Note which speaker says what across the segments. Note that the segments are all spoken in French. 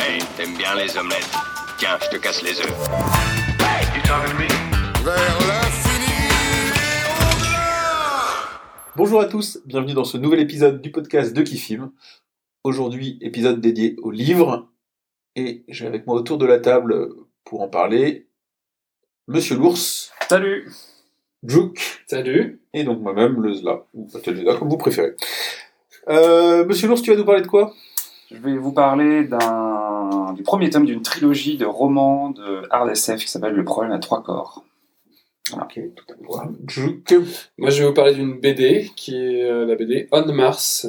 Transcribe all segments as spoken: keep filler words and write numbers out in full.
Speaker 1: Hey, t'aimes bien les omelettes? Tiens, je te casse les œufs.
Speaker 2: Hey, you talking to me?
Speaker 3: Vers l'infini et au-delà.
Speaker 4: Bonjour à tous, bienvenue dans ce nouvel épisode du podcast de Qui Film. Aujourd'hui, épisode dédié au livre. Et j'ai avec moi autour de la table, pour en parler, Monsieur l'Ours,
Speaker 5: Salut.
Speaker 4: Jouk,
Speaker 5: Salut.
Speaker 4: et donc moi-même, le Zla, ou peut-être Zla, comme vous préférez. Euh, Monsieur l'Ours, tu vas nous parler de quoi?
Speaker 5: Je vais vous parler d'un, du premier tome d'une trilogie de romans de hard S F qui s'appelle Le problème à trois corps. Voilà.
Speaker 4: Ok, tout à l'heure. Jouk.
Speaker 6: Moi, je vais vous parler d'une B D qui est euh, la B D On Mars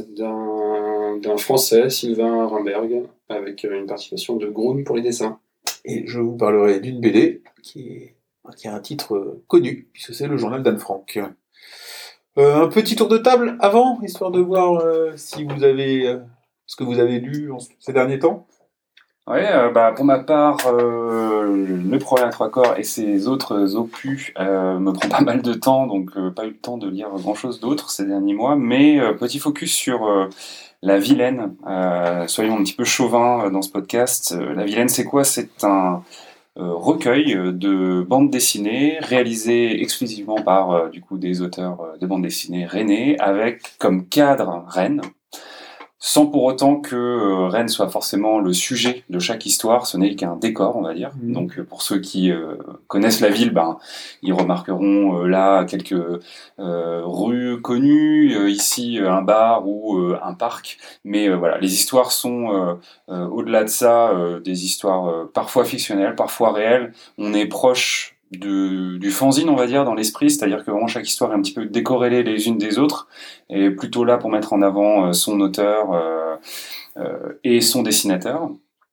Speaker 6: d'un, d'un Français, Sylvain Rimberg, avec euh, une participation de Groen pour les dessins.
Speaker 4: Et je vous parlerai d'une B D qui, est, qui a un titre euh, connu, puisque c'est le journal d'Anne Frank. Euh, un petit tour de table avant, histoire de voir euh, si vous avez euh, ce que vous avez lu en, ces derniers temps.
Speaker 5: Oui, euh, bah, pour ma part, euh, Le problème à trois corps et ses autres opus euh, me prend pas mal de temps, donc euh, pas eu le temps de lire grand-chose d'autre ces derniers mois, mais euh, petit focus sur euh, La Vilaine. Euh, soyons un petit peu chauvins euh, dans ce podcast. Euh, La Vilaine, c'est quoi? C'est un euh, recueil de bandes dessinées réalisé exclusivement par euh, du coup des auteurs euh, de bandes dessinées rennais, avec comme cadre Rennes. Sans pour autant que euh, Rennes soit forcément le sujet de chaque histoire, ce n'est qu'un décor, on va dire.
Speaker 4: Mmh.
Speaker 5: Donc euh, pour ceux qui euh, connaissent la ville, ben, ils remarqueront euh, là quelques euh, rues connues, euh, ici euh, un bar ou euh, un parc. Mais euh, voilà, les histoires sont, euh, euh, au-delà de ça, euh, des histoires euh, parfois fictionnelles, parfois réelles. On est proche de, du fanzine, on va dire, dans l'esprit, c'est-à-dire que vraiment chaque histoire est un petit peu décorrélée les unes des autres, et plutôt là pour mettre en avant euh, son auteur euh, euh, et son dessinateur.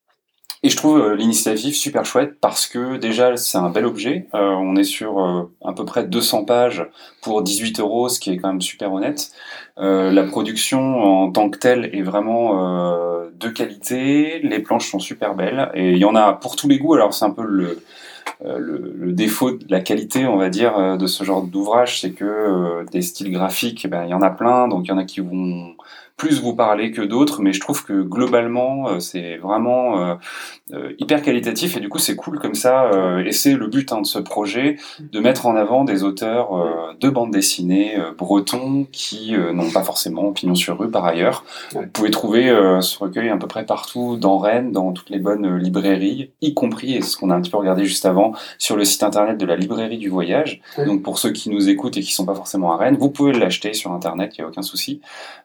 Speaker 5: Et je trouve euh, l'initiative super chouette parce que déjà c'est un bel objet. Euh, on est sur euh, à peu près deux cents pages pour dix-huit euros, ce qui est quand même super honnête. Euh, la production en tant que telle est vraiment euh, de qualité. Les planches sont super belles et il y en a pour tous les goûts. Alors c'est un peu le Euh, le, le défaut de la qualité, on va dire, euh, de ce genre d'ouvrage, c'est que euh, des styles graphiques, ben, il y en a plein, donc il y en a qui vont plus vous parler que d'autres, mais je trouve que globalement, euh, c'est vraiment euh, euh, hyper qualitatif, et du coup, c'est cool comme ça, euh, et c'est le but hein, de ce projet, de mettre en avant des auteurs euh, de bande dessinée euh, bretons qui euh, n'ont pas forcément pignon sur rue par ailleurs. Vous pouvez trouver euh, ce recueil à peu près partout dans Rennes, dans toutes les bonnes euh, librairies, y compris, et c'est ce qu'on a un petit peu regardé juste avant, sur le site internet de la librairie du voyage. Oui. Donc pour ceux qui nous écoutent et qui sont pas forcément à Rennes, vous pouvez l'acheter sur internet, il n'y a aucun souci.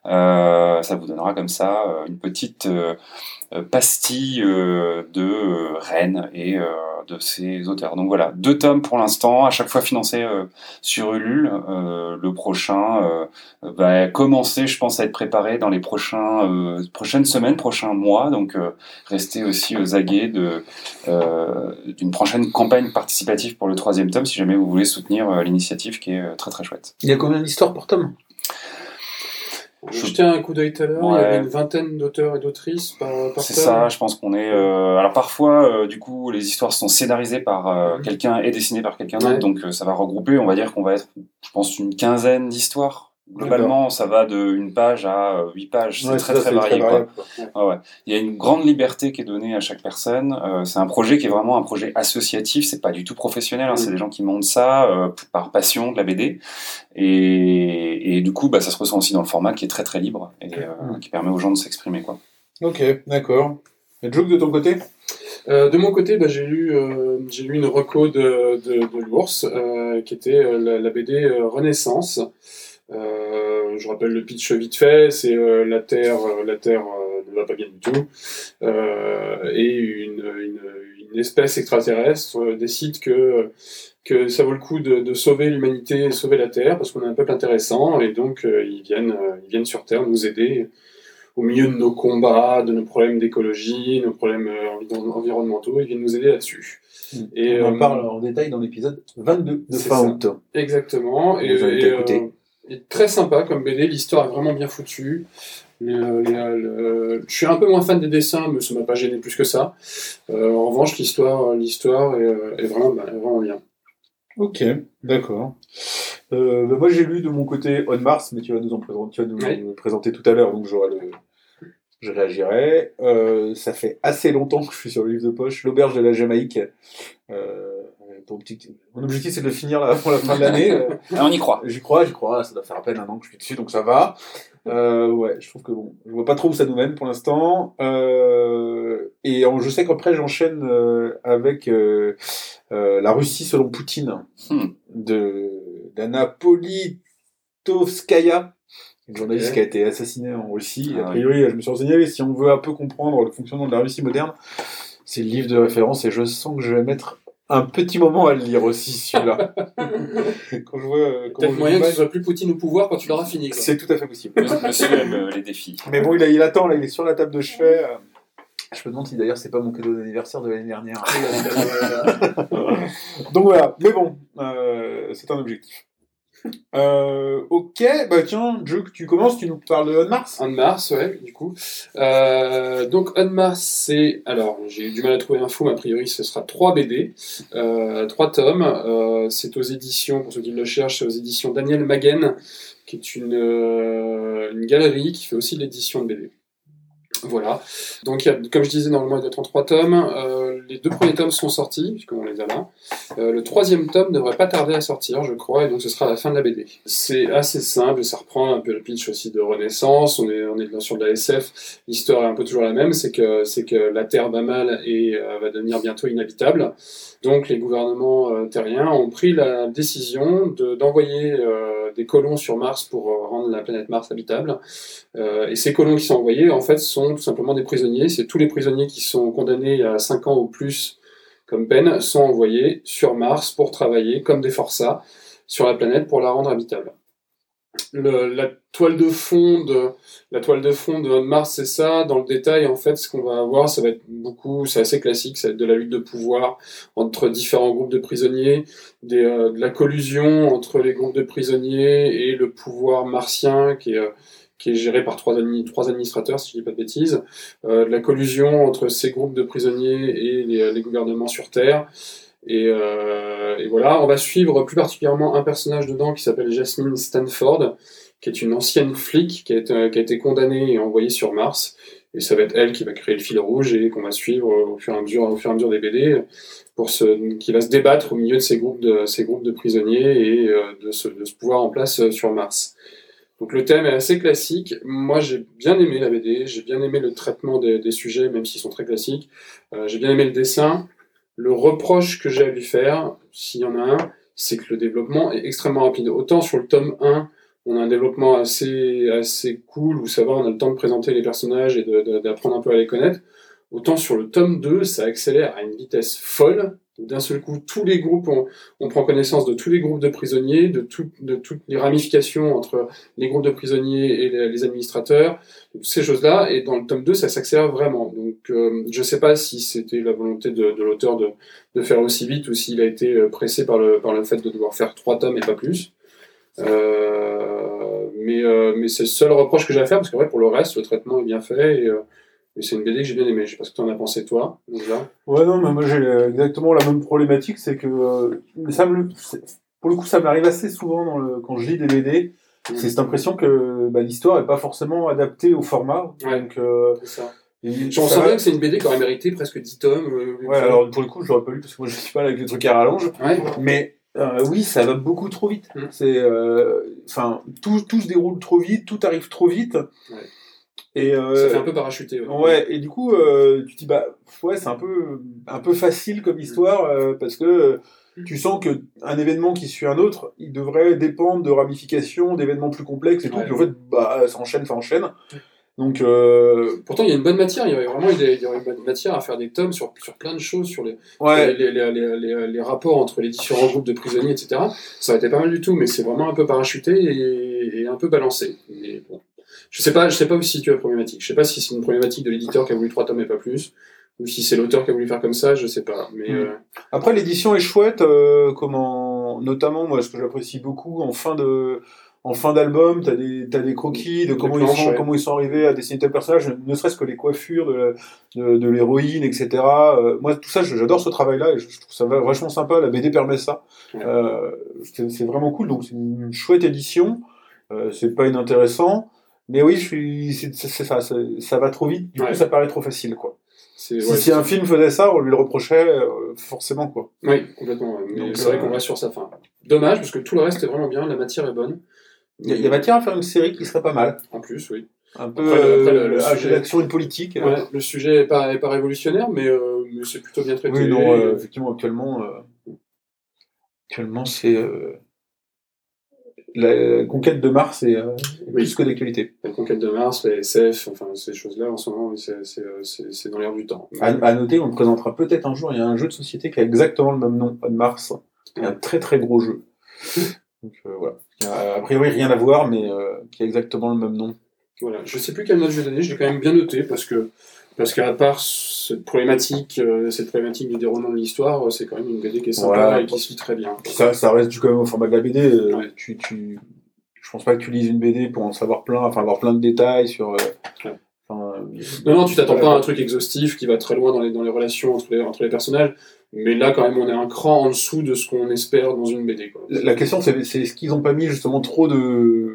Speaker 5: Euh, ça vous donnera comme ça euh, une petite euh, pastille euh, de euh, Rennes et euh, de ses auteurs. Donc voilà, deux tomes pour l'instant, à chaque fois financés euh, sur Ulule. Euh, le prochain euh, va commencer, je pense, à être préparé dans les prochains, euh, prochaines semaines, prochains mois. Donc euh, restez aussi aux aguets de, euh, d'une prochaine campagne participative pour le troisième tome, si jamais vous voulez soutenir euh, l'initiative qui est euh, très très chouette.
Speaker 4: Il y a combien d'histoires par tome?
Speaker 6: Je jetais un coup d'œil tout à l'heure,
Speaker 5: Ouais.
Speaker 6: Il y avait une vingtaine d'auteurs et d'autrices par, par
Speaker 5: C'est
Speaker 6: tome.
Speaker 5: ça, je pense qu'on est... Euh... Alors parfois, euh, du coup, les histoires sont scénarisées par euh, mmh. quelqu'un et dessinées par quelqu'un d'autre, ouais. donc euh, ça va regrouper, on va dire qu'on va être, je pense, une quinzaine d'histoires. Globalement, D'accord. ça va de une page à euh, huit pages, c'est ouais, très, ça, très, très varié. Très variable, quoi. Quoi. Ouais. Ouais, ouais. Il y a une grande liberté qui est donnée à chaque personne. Euh, c'est un projet qui est vraiment un projet associatif, c'est pas du tout professionnel, hein, mmh. c'est des gens qui montent ça euh, par passion de la B D. Et, et du coup, bah, ça se ressent aussi dans le format qui est très très libre et euh, mmh. qui permet aux gens de s'exprimer, quoi.
Speaker 4: Ok, d'accord. Et Jouk, de ton côté?
Speaker 6: Euh, de mon côté, bah, j'ai lu, euh, j'ai lu une reco de, de, de l'ours, euh, qui était euh, la, la B D euh, Renaissance. Euh, je rappelle le pitch vite fait, c'est euh, la Terre, euh, la Terre euh, ne va pas bien du tout, euh, et une, une, une espèce extraterrestre euh, décide que que ça vaut le coup de, de sauver l'humanité et sauver la Terre parce qu'on est un peuple intéressant, et donc euh, ils viennent, euh, ils viennent sur Terre nous aider au milieu de nos combats, de nos problèmes d'écologie, nos problèmes euh, environnementaux, ils viennent nous aider là-dessus.
Speaker 4: Mmh. Et on en euh, parle en détail dans l'épisode vingt-deux de fin août.
Speaker 6: Exactement. Et, et, et, euh, et très sympa comme B D, l'histoire est vraiment bien foutue. Le, le, le... Je suis un peu moins fan des dessins, mais ça m'a pas gêné plus que ça. Euh, en revanche, l'histoire, l'histoire est, est, vraiment, est vraiment bien.
Speaker 4: Ok, d'accord. Euh, bah moi j'ai lu de mon côté On Mars, mais tu vas nous en présenter, tu vas nous oui. présenter tout à l'heure, donc j'aurai le, je réagirai. Euh, ça fait assez longtemps que je suis sur le livre de poche, L'Auberge de la Jamaïque. Euh, ton petit... Mon objectif, c'est de le finir là, avant la fin de l'année. Euh,
Speaker 5: On y croit.
Speaker 4: j'y crois, j'y crois. Ça doit faire à peine un an que je suis dessus, donc ça va. Euh, ouais, je trouve que bon, je vois pas trop où ça nous mène pour l'instant. Euh, et en- je sais qu'après, j'enchaîne euh, avec euh, euh, La Russie selon Poutine
Speaker 5: Hmm.
Speaker 4: de d'Anna Politkovskaya, une journaliste
Speaker 6: Ok.
Speaker 4: qui a été assassinée en Russie.
Speaker 5: Ah
Speaker 4: a priori, je me suis renseigné, si on veut un peu comprendre le fonctionnement de la Russie moderne, c'est le livre de référence et je sens que je vais mettre un petit moment à le lire aussi, celui-là. Quand je vois euh, comment
Speaker 6: Peut-être
Speaker 4: je
Speaker 6: moyen que
Speaker 4: vois-
Speaker 6: ce soit plus Poutine au pouvoir quand tu l'auras fini. quoi.
Speaker 4: c'est tout à fait possible.
Speaker 5: Monsieur aime euh, les défis.
Speaker 4: Mais bon, il, a- il attend, là, il est sur la table de chevet. euh, Je me demande si d'ailleurs c'est pas mon cadeau d'anniversaire de l'année dernière. Donc voilà, mais bon, euh, c'est un objectif. Euh, ok, bah tiens, Joe, tu commences, tu nous parles de On Mars.
Speaker 6: Un de mars, ouais, du coup. Euh, donc, On Mars, c'est. Alors, j'ai eu du mal à trouver l'info, mais a priori, ce sera trois B D, euh, trois tomes. Euh, c'est aux éditions, pour ceux qui le cherchent, c'est aux éditions Daniel Maguen, qui est une, euh, une galerie qui fait aussi de l'édition de B D. Voilà. Donc, il y a, comme je disais, normalement, il doit être en trois tomes. Euh, les deux premiers tomes sont sortis, puisqu'on les a là. Euh, le troisième tome ne devrait pas tarder à sortir, je crois, et donc ce sera à la fin de la B D. C'est assez simple, et ça reprend un peu le pitch aussi de Renaissance. On est, on est sur de la S F. L'histoire est un peu toujours la même, c'est que, c'est que la Terre va mal et euh, va devenir bientôt inhabitable. Donc, les gouvernements euh, terriens ont pris la décision de, d'envoyer euh, des colons sur Mars pour euh, rendre la planète Mars habitable. Euh, et ces colons qui sont envoyés, en fait, sont tout simplement des prisonniers. C'est tous les prisonniers qui sont condamnés à cinq ans ou plus comme peine sont envoyés sur Mars pour travailler comme des forçats sur la planète pour la rendre habitable. Le, la toile de fond de la toile de fond de On Mars, c'est ça. Dans le détail, en fait, ce qu'on va avoir, ça va être beaucoup, c'est assez classique, ça va être de la lutte de pouvoir entre différents groupes de prisonniers, des, euh, de la collusion entre les groupes de prisonniers et le pouvoir martien qui est euh, qui est géré par trois, admi- trois administrateurs, si je dis pas de bêtises, euh, de la collusion entre ces groupes de prisonniers et les, les gouvernements sur Terre. Et, euh, et voilà, on va suivre plus particulièrement un personnage dedans qui s'appelle Jasmine Stanford, qui est une ancienne flic qui a été, qui a été condamnée et envoyée sur Mars. Et ça va être elle qui va créer le fil rouge et qu'on va suivre au fur et à mesure, au fur et à mesure des B D, pour se, qui va se débattre au milieu de ces groupes de, ces groupes de prisonniers et euh, de, ce, de ce pouvoir en place euh, sur Mars. Donc le thème est assez classique. Moi, j'ai bien aimé la B D, j'ai bien aimé le traitement des, des sujets, même s'ils sont très classiques. Euh, j'ai bien aimé le dessin. Le reproche que j'ai à lui faire, s'il y en a un, c'est que le développement est extrêmement rapide. Autant sur le tome un, on a un développement assez, assez cool, où ça va, on a le temps de présenter les personnages et de, de, d'apprendre un peu à les connaître. Autant sur le tome deux, ça accélère à une vitesse folle. D'un seul coup, tous les groupes, on, on prend connaissance de tous les groupes de prisonniers, de, tout, de toutes les ramifications entre les groupes de prisonniers et les, les administrateurs, toutes ces choses-là, et dans le tome deux, ça s'accélère vraiment. Donc, euh, je sais pas si c'était la volonté de, de l'auteur de, de faire aussi vite, ou s'il a été pressé par le, par le fait de devoir faire trois tomes et pas plus. Euh, mais, euh, mais c'est le seul reproche que j'ai à faire, parce que ouais, pour le reste, le traitement est bien fait, et... Euh, Et c'est une B D que j'ai bien aimée. Je sais pas ce que tu en as pensé, toi. Déjà.
Speaker 4: Ouais, non, mais moi j'ai exactement la même problématique, c'est que euh, ça me, c'est- pour le coup, ça m'arrive assez souvent dans le, quand je lis des B D, c'est cette impression que bah, l'histoire est pas forcément adaptée au format.
Speaker 6: Ouais.
Speaker 4: Donc, euh,
Speaker 6: C'est ça.
Speaker 4: et
Speaker 6: On
Speaker 4: ça
Speaker 6: sent
Speaker 4: va-
Speaker 6: bien que c'est une B D qui aurait mérité presque dix tomes. euh,
Speaker 4: Ouais, alors pour le coup, je l'aurais pas lu parce que moi je suis pas là avec les trucs à rallonge,
Speaker 6: Ouais.
Speaker 4: mais euh, oui, ça va beaucoup trop vite.
Speaker 6: Mm.
Speaker 4: C'est, euh, enfin, tout, tout se déroule trop vite, tout arrive trop vite.
Speaker 6: Ouais.
Speaker 4: Et euh,
Speaker 6: Ça fait un peu parachuté. Ouais.
Speaker 4: ouais, et du coup, euh, tu te dis, bah, ouais, c'est un peu, un peu facile comme histoire, euh, parce que euh, tu sens que un événement qui suit un autre, il devrait dépendre de ramifications, d'événements plus complexes et tout,
Speaker 6: Ouais.
Speaker 4: puis en fait, bah, ça enchaîne, ça enchaîne. Donc, euh,
Speaker 6: Pourtant, il y a une bonne matière. Il y aurait vraiment il y aurait une bonne matière à faire des tomes sur, sur plein de choses, sur les,
Speaker 4: ouais,
Speaker 6: les, les, les, les, les rapports entre les différents groupes de prisonniers, et cetera. Ça aurait été pas mal du tout, mais c'est vraiment un peu parachuté et, et un peu balancé. Mais bon. Je sais pas, je sais pas où se situe la problématique. Je sais pas si c'est une problématique de l'éditeur qui a voulu trois tomes et pas plus, ou si c'est l'auteur qui a voulu faire comme ça, je sais pas. Mais
Speaker 4: Mm.
Speaker 6: euh,
Speaker 4: Après, l'édition est chouette, euh, comment, notamment, moi, ce que j'apprécie beaucoup, en fin de, en fin d'album, t'as des, t'as des croquis de
Speaker 6: Des
Speaker 4: comment,
Speaker 6: planches,
Speaker 4: ils sont,
Speaker 6: ouais.
Speaker 4: comment ils sont arrivés à dessiner tel personnage, ne serait-ce que les coiffures de, la- de, de l'héroïne, et cetera. Euh, moi, tout ça, je- j'adore ce travail-là, et je, je trouve ça va- vachement sympa, la B D permet ça.
Speaker 6: Ouais.
Speaker 4: Euh, c'est c'est vraiment cool, donc c'est une chouette édition, euh, c'est pas inintéressant. Mais oui, je suis, c'est, c'est, c'est ça, ça, ça va trop vite. Du
Speaker 6: Ouais.
Speaker 4: coup, ça paraît trop facile, quoi.
Speaker 6: C'est,
Speaker 4: Si,
Speaker 6: ouais,
Speaker 4: si un film faisait ça, on lui le reprochait euh, forcément, quoi.
Speaker 6: Oui, complètement. Ouais. Mais
Speaker 4: Donc,
Speaker 6: c'est vrai
Speaker 4: euh,
Speaker 6: qu'on reste sur sa fin. Dommage, parce que tout le reste est vraiment bien, la matière est bonne.
Speaker 4: Il y, a- il y a matière à faire une série qui serait pas mal.
Speaker 6: En plus, oui.
Speaker 4: Un peu
Speaker 6: Après, le- après, le- le
Speaker 4: euh,
Speaker 6: sujet-
Speaker 4: l'action et politique.
Speaker 6: Ouais, le sujet est pas, est pas révolutionnaire, mais, euh, mais c'est plutôt bien traité.
Speaker 4: Oui, non, euh, effectivement, actuellement, euh, actuellement, c'est euh, la conquête de Mars est euh,
Speaker 6: Oui.
Speaker 4: plus que d'actualité.
Speaker 6: La conquête de Mars, la S F, enfin ces choses-là, en ce moment, oui, c'est, c'est, euh, c'est, c'est dans l'air du temps.
Speaker 4: À, à noter, on le présentera peut-être un jour. Il y a un jeu de société qui a exactement le même nom, pas de Mars. Il y a un très très gros jeu. Donc euh, voilà. Il y a, a priori rien à voir, mais euh, qui a exactement le même nom.
Speaker 6: Voilà. Je sais plus quelle note je vais donner, je l'ai quand même bien noté, parce que parce qu'à part cette problématique, euh, cette problématique du déroulement de l'histoire, euh, c'est quand même une B D qui est sympa
Speaker 4: Voilà.
Speaker 6: et qui se lit très bien.
Speaker 4: Puis ça, ça reste du quand même au format de la B D. euh,
Speaker 6: Ouais.
Speaker 4: Tu, tu, je pense pas que tu lises une B D pour en savoir plein, enfin avoir plein de détails sur. Euh,
Speaker 6: Ouais.
Speaker 4: enfin, euh,
Speaker 6: Non, non, tu t'attends
Speaker 4: voilà.
Speaker 6: pas à un truc exhaustif qui va très loin dans les, dans les relations entre les, entre les personnages, mais là, quand même, on est un cran en dessous de ce qu'on espère dans une B D. Quoi.
Speaker 4: La la question, c'est, c'est est-ce qu'ils ont pas mis justement trop de.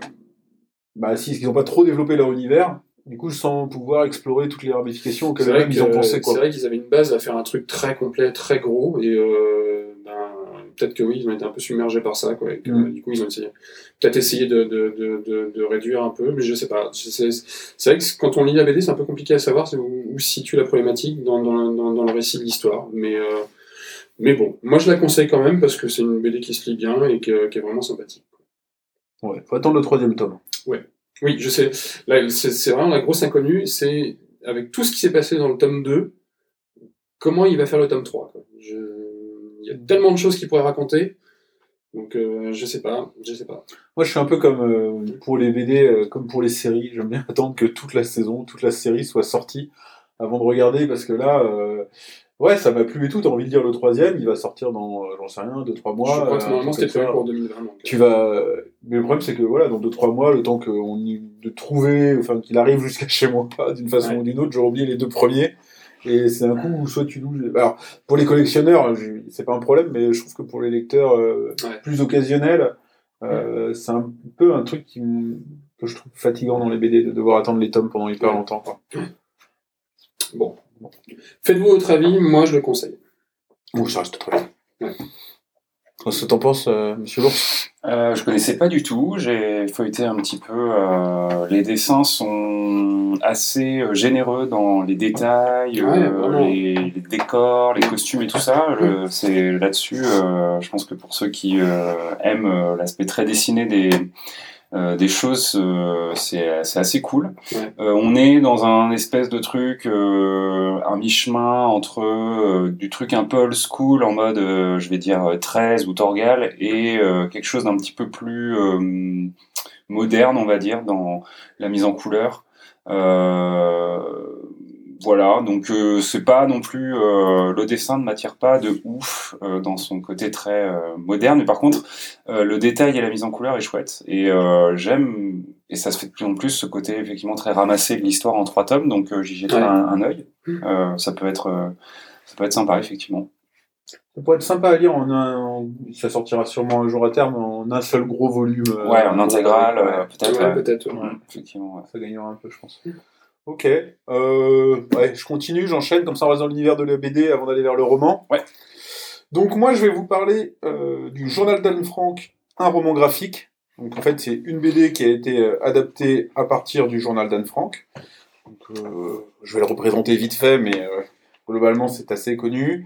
Speaker 4: Bah, si, est-ce qu'ils ont pas trop développé leur univers, du coup, sans pouvoir explorer toutes les ramifications auxquelles
Speaker 6: C'est vrai,
Speaker 4: eux-mêmes ils ont
Speaker 6: que-
Speaker 4: pensé, quoi.
Speaker 6: c'est vrai qu'ils avaient une base à faire un truc très complet, très gros, et euh, ben, peut-être que oui, ils ont été un peu submergés par ça, quoi. Et que,
Speaker 4: Mm.
Speaker 6: du coup, ils ont essayé, peut-être essayé de, de, de, de, de réduire un peu, mais je sais pas. C'est, c'est vrai que quand on lit la B D, c'est un peu compliqué à savoir c'est où, où se situe la problématique dans, dans, dans, dans le récit de l'histoire. Mais, euh, mais bon, moi je la conseille quand même parce que c'est une B D qui se lit bien et que, qui est vraiment sympathique.
Speaker 4: Ouais, faut attendre le troisième tome.
Speaker 6: Oui, je sais. Là, c'est, c'est vraiment la grosse inconnue, c'est avec tout ce qui s'est passé dans le tome deux, comment il va faire le tome trois. Quoi. Je... Il y a tellement de choses qu'il pourrait raconter, donc euh, je sais pas, je sais pas.
Speaker 4: Moi, je suis un peu comme euh, pour les B D, euh, comme pour les séries. J'aime bien attendre que toute la saison, toute la série soit sortie avant de regarder, parce que là, euh, ouais, ça m'a plu et tout. T'as envie de dire le troisième, il va sortir dans, euh, j'en sais rien, deux trois mois.
Speaker 6: je crois que
Speaker 4: euh,
Speaker 6: normalement
Speaker 4: un truc
Speaker 6: c'était
Speaker 4: comme
Speaker 6: prévu
Speaker 4: ça.
Speaker 6: pour deux mille vingt. Donc,
Speaker 4: Tu vas. Mais le problème, c'est que voilà, dans deux trois mois, le temps qu'on y... de trouver, enfin qu'il arrive jusqu'à chez moi, d'une façon
Speaker 6: Ouais.
Speaker 4: ou d'une autre, j'aurais oublié les deux premiers. Et c'est un coup où soit tu loues. Alors, pour les collectionneurs, je- c'est pas un problème, mais je trouve que pour les lecteurs euh,
Speaker 6: Ouais.
Speaker 4: plus occasionnels, euh, c'est un peu un truc qui me- que je trouve fatigant dans les B D, de devoir attendre les tomes pendant hyper
Speaker 6: Ouais.
Speaker 4: longtemps, quoi.
Speaker 6: Bon. Faites-vous votre avis, moi je le conseille.
Speaker 4: Ouh, ça reste très bien.
Speaker 6: Ouais.
Speaker 4: Qu'est-ce que t'en penses, euh, monsieur l'ours?
Speaker 5: Euh, je connaissais pas du tout, j'ai feuilleté un petit peu. euh, les dessins sont assez euh, généreux dans les détails,
Speaker 6: Ouais,
Speaker 5: euh,
Speaker 6: vraiment.
Speaker 5: les, les décors, les costumes et tout ça. Je- c'est là-dessus, euh, je pense que pour ceux qui euh, aiment euh, l'aspect très dessiné des, euh, des choses, euh, c'est c'est assez cool.
Speaker 6: Ouais.
Speaker 5: Euh, on est dans un espèce de truc, euh, un mi-chemin entre euh, du truc un peu old school en mode, euh, je vais dire, euh, treize ou Torgal, et euh, quelque chose d'un petit peu plus euh, moderne, on va dire, dans la mise en couleur. Euh, voilà, donc euh, c'est pas non plus, euh, le dessin ne m'attire pas de ouf euh, dans son côté très euh, moderne, mais par contre euh, le détail et la mise en couleur est chouette, et euh, j'aime, et ça se fait de plus en plus, ce côté effectivement très ramassé de l'histoire en trois tomes, donc euh, j'y jetterai
Speaker 6: Ouais.
Speaker 5: un, un œil. Euh, ça peut être euh, ça peut être sympa effectivement.
Speaker 4: Ça pourrait être sympa à lire en un. en- Ça sortira sûrement un jour à terme en un seul gros volume. euh,
Speaker 5: Ouais, en intégral,
Speaker 4: ouais.
Speaker 5: euh, peut-être.
Speaker 6: Ouais,
Speaker 5: ouais.
Speaker 6: peut-être. ouais.
Speaker 5: Mm, effectivement, ouais.
Speaker 4: Ça gagnera un peu, je pense. Ok. Euh, ouais, je continue, j'enchaîne, comme ça on reste dans l'univers de la B D avant d'aller vers le roman.
Speaker 5: Ouais.
Speaker 4: Donc moi, je vais vous parler euh, du Journal d'Anne Frank, un roman graphique. Donc en fait, c'est une B D qui a été euh, adaptée à partir du Journal d'Anne Frank. Donc, euh, je vais le représenter vite fait, mais euh, globalement, c'est assez connu.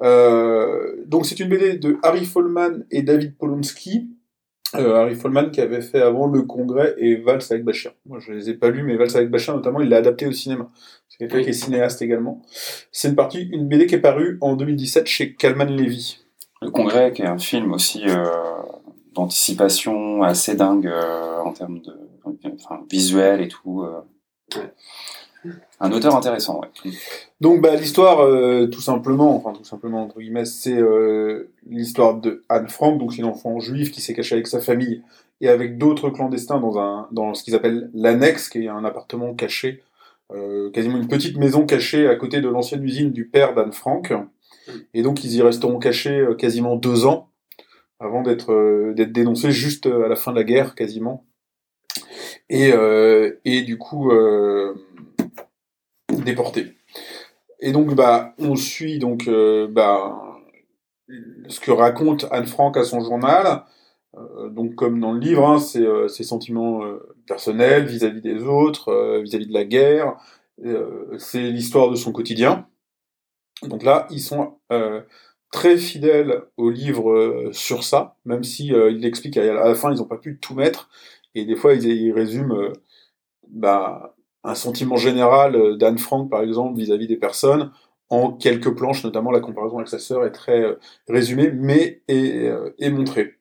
Speaker 4: Euh, donc c'est une B D de Harry Folman et David Polonsky. Euh, Harry Folman qui avait fait avant Le Congrès et Valse avec Bachir. Moi, je les ai pas lus, mais Valse avec Bachir, notamment, il l'a adapté au cinéma. C'est quelqu'un
Speaker 6: Oui.
Speaker 4: qui est cinéaste également. C'est une partie, une B D qui est parue en deux mille dix-sept chez Calman Levy.
Speaker 5: Le Congrès, qui est un film aussi euh, d'anticipation assez dingue euh, en termes de enfin, visuel et tout. euh.
Speaker 6: Ouais.
Speaker 5: Un auteur intéressant, ouais.
Speaker 4: Donc, bah, l'histoire, euh, tout simplement, enfin, tout simplement, entre guillemets, c'est euh, l'histoire de Anne Frank, donc c'est une enfant juive qui s'est cachée avec sa famille et avec d'autres clandestins dans, un, dans ce qu'ils appellent l'annexe, qui est un appartement caché, euh, quasiment une petite maison cachée à côté de l'ancienne usine du père d'Anne Frank. Et donc, ils y resteront cachés euh, quasiment deux ans avant d'être euh, d'être dénoncés juste à la fin de la guerre, quasiment. et, euh, et du coup euh, déporté. Et donc, bah, on suit donc euh, bah, ce que raconte Anne Frank à son journal. Euh, donc, comme dans le livre, hein, c'est euh, ses sentiments euh, personnels vis-à-vis des autres, euh, vis-à-vis de la guerre. Euh, c'est l'histoire de son quotidien. Donc là, ils sont euh, très fidèles au livre euh, sur ça, même si euh, il l'explique à la fin, ils n'ont pas pu tout mettre. Et des fois, ils, ils résument euh, bah, un sentiment général euh, d'Anne Frank, par exemple, vis-à-vis des personnes, en quelques planches, notamment la comparaison avec sa sœur est très euh, résumée, mais est, euh, est montrée.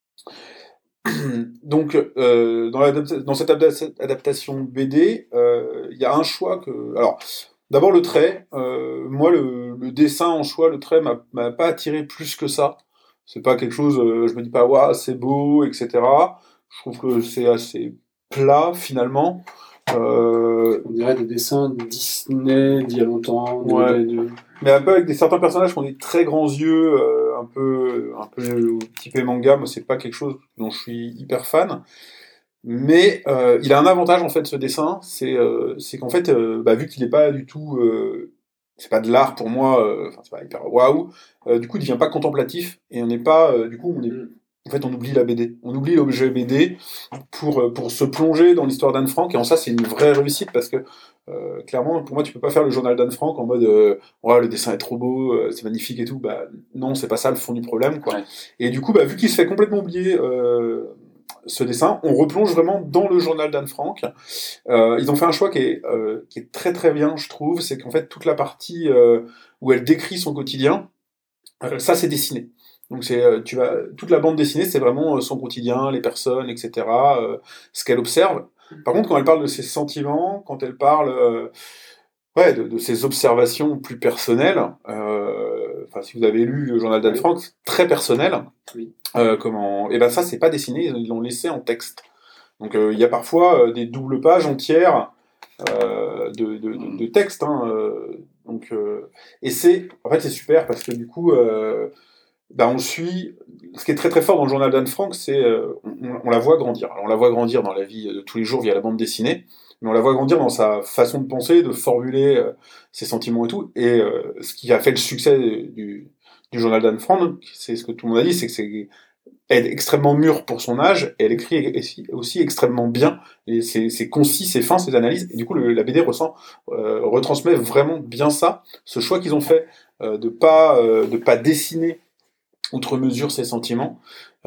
Speaker 4: Donc, euh, dans, dans cette adaptation B D, il euh, y a un choix que... Alors, d'abord, le trait. Euh, moi, le, le dessin en choix, le trait m'a, m'a pas attiré plus que ça. C'est pas quelque chose... Euh, je me dis pas, waouh, c'est beau, et cetera. Je trouve que c'est assez plat, finalement. Euh...
Speaker 6: On dirait des dessins Disney d'il y a longtemps.
Speaker 4: Ouais.
Speaker 6: De...
Speaker 4: Mais un peu avec des, certains personnages qui ont des très grands yeux, euh, un peu, un peu typé manga. Moi, c'est pas quelque chose dont je suis hyper fan. Mais euh, il a un avantage, en fait, ce dessin. C'est, euh, c'est qu'en fait, euh, bah, vu qu'il n'est pas du tout... Euh, c'est pas de l'art pour moi, euh, enfin, c'est pas hyper waouh. Euh, du coup, il devient pas contemplatif. Et on n'est pas... Euh, du coup, on est... En fait, on oublie la B D. On oublie l'objet B D pour, pour se plonger dans l'histoire d'Anne Frank. Et en ça, c'est une vraie réussite parce que, euh, clairement, pour moi, tu peux pas faire le journal d'Anne Frank en mode euh, ouais, le dessin est trop beau, euh, c'est magnifique et tout. Bah, non, c'est pas ça le fond du problème, quoi.
Speaker 5: Ouais.
Speaker 4: Et du coup, bah, vu qu'il se fait complètement oublier euh, ce dessin, on replonge vraiment dans le journal d'Anne Frank. Euh, ils ont fait un choix qui est, euh, qui est très très bien, je trouve. C'est qu'en fait, toute la partie euh, où elle décrit son quotidien, euh, ça, c'est dessiné. Donc c'est, tu vas, toute la bande dessinée, c'est vraiment son quotidien, les personnes, et cetera, euh, ce qu'elle observe. Par contre, quand elle parle de ses sentiments, quand elle parle euh, ouais, de, de ses observations plus personnelles, euh, enfin, si vous avez lu le journal d'Anne Frank, c'est très personnel.
Speaker 6: Oui.
Speaker 4: Euh, comment, et ben ça, c'est pas dessiné, ils l'ont laissé en texte. Donc il euh, y a parfois euh, des doubles pages entières euh, de, de, de, de texte. Hein, euh, donc, euh, et c'est, en fait, c'est super parce que du coup. Euh, Bah on suit. Ce qui est très très fort dans le journal d'Anne Frank, c'est euh, on, on la voit grandir. Alors on la voit grandir dans la vie de tous les jours via la bande dessinée, mais on la voit grandir dans sa façon de penser, de formuler euh, ses sentiments et tout. Et euh, ce qui a fait le succès du, du journal d'Anne Frank, c'est ce que tout le monde a dit, c'est que c'est elle est extrêmement mûre pour son âge, et elle écrit aussi extrêmement bien. Et c'est, c'est concis, c'est fin, ses analyses. Et du coup, le, la B D ressent, euh, retransmet vraiment bien ça, ce choix qu'ils ont fait euh, de pas euh, de pas dessiner outre mesure ses sentiments,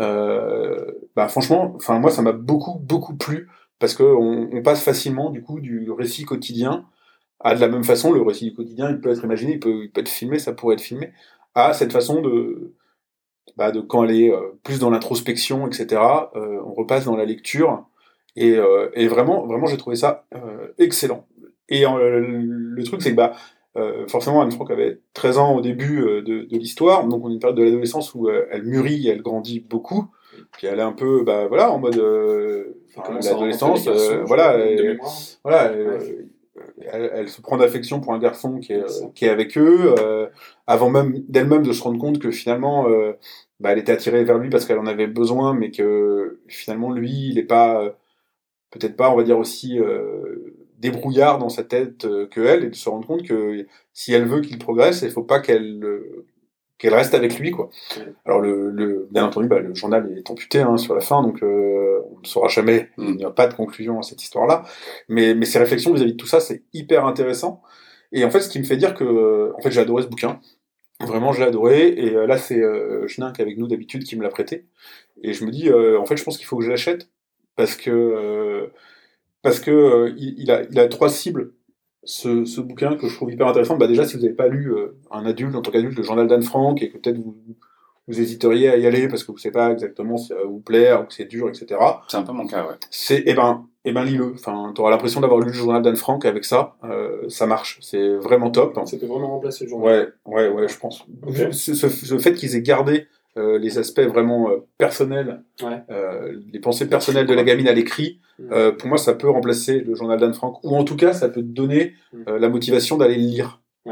Speaker 4: euh, bah franchement, enfin moi ça m'a beaucoup beaucoup plu parce que on, on passe facilement du coup du récit quotidien à de la même façon le récit du quotidien il peut être imaginé, il peut, il peut être filmé, ça pourrait être filmé à cette façon de bah de quand elle est euh, plus dans l'introspection et cetera. Euh, on repasse dans la lecture et, euh, et vraiment vraiment j'ai trouvé ça euh, excellent. Et euh, le truc c'est que bah Euh, forcément, Anne Frank avait treize ans au début euh, de, de l'histoire, donc on est une période de l'adolescence où euh, elle mûrit, elle grandit beaucoup, puis elle est un peu, bah voilà, en mode euh, enfin, l'adolescence, euh, voilà, et, voilà, ouais. euh, elle, elle se prend d'affection pour un garçon qui est, euh, qui est avec eux, euh, avant même d'elle-même de se rendre compte que finalement, euh, bah, elle était attirée vers lui parce qu'elle en avait besoin, mais que finalement lui, il est pas, euh, peut-être pas, on va dire aussi. Euh, débrouillard dans sa tête euh, que elle et de se rendre compte que si elle veut qu'il progresse, il faut pas qu'elle euh, qu'elle reste avec lui quoi. Alors le, le bien entendu bah, le journal est amputé hein, sur la fin donc euh, on ne saura jamais, il n'y a pas de conclusion à cette histoire là, mais mais ses réflexions vis-à-vis de tout ça c'est hyper intéressant et en fait ce qui me fait dire que en fait j'ai adoré ce bouquin. Vraiment, je l'ai adoré, et euh, là c'est euh, Chenin qui est avec nous d'habitude qui me l'a prêté, et je me dis euh, en fait je pense qu'il faut que je l'achète parce que euh, parce que euh, il, il, a, il a trois cibles, ce, ce bouquin, que je trouve hyper intéressant. Bah déjà, si vous n'avez pas lu euh, un adulte, en tant qu'adulte, le journal d'Anne Frank, et que peut-être vous, vous hésiteriez à y aller parce que vous ne savez pas exactement si ça va vous plaire, ou que c'est dur, et cetera.
Speaker 5: C'est un peu mon cas, ouais.
Speaker 4: C'est, eh ben, eh ben lis-le. Enfin, tu auras l'impression d'avoir lu le journal d'Anne Frank avec ça. Euh, ça marche. C'est vraiment top.
Speaker 6: Ça peut vraiment remplacer le journal.
Speaker 4: Ouais, ouais, ouais, je pense.
Speaker 6: Okay.
Speaker 4: Ce, ce, ce fait qu'ils aient gardé Euh, les aspects vraiment euh, personnels,
Speaker 6: ouais.
Speaker 4: euh, les pensées personnelles de la gamine à l'écrit, euh, pour moi ça peut remplacer le journal d'Anne Frank, ou en tout cas ça peut te donner euh, la motivation d'aller le lire.
Speaker 6: Ouais.
Speaker 4: Euh,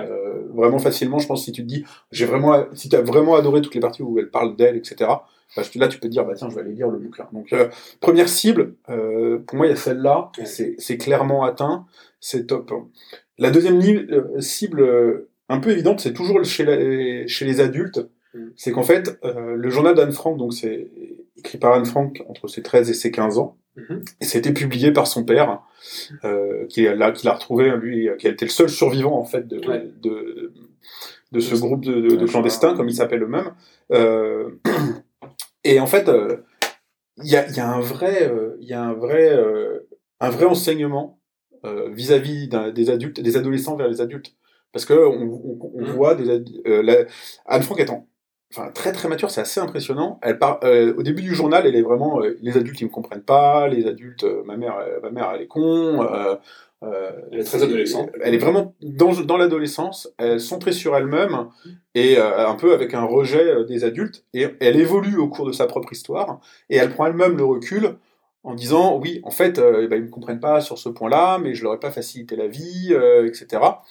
Speaker 4: vraiment facilement. Je pense si tu te dis, j'ai vraiment, si tu as vraiment adoré toutes les parties où elle parle d'elle, et cetera. Bah, là, tu peux te dire, bah tiens, je vais aller lire le bouquin. Donc, euh, première cible, euh, pour moi, il y a celle-là. C'est, c'est clairement atteint. C'est top. La deuxième li- euh, cible, euh, un peu évidente, c'est toujours chez, la, chez les adultes. C'est qu'en fait, euh, le journal d'Anne Frank, donc c'est écrit par Anne Frank entre ses treize et ses quinze ans, mm-hmm. et c'était publié par son père, euh, qui l'a qui l'a retrouvé, lui, qui a été le seul survivant en fait de, ouais. de, de, de ce groupe de, de, de clandestins, comme il s'appelle eux-mêmes. Euh, et en fait, il euh, y, a, y a un vrai, il euh, y a un vrai, euh, un vrai enseignement euh, vis-à-vis d'un, des adultes, des adolescents vers les adultes, parce que on, on, on mmh. voit des ad... euh, la... Anne Frank étant enfin très très mature, c'est assez impressionnant. Elle part euh, au début du journal, elle est vraiment euh, les adultes ils me comprennent pas, les adultes euh, ma mère euh, ma mère elle est con. Euh, euh,
Speaker 6: elle est très adolescente.
Speaker 4: Elle est vraiment dans dans l'adolescence, elle centrée sur elle-même et euh, un peu avec un rejet euh, des adultes, et elle évolue au cours de sa propre histoire et elle prend elle-même le recul en disant oui en fait euh, bah, ils me comprennent pas sur ce point-là, mais je leur ai pas facilité la vie, euh, et cetera.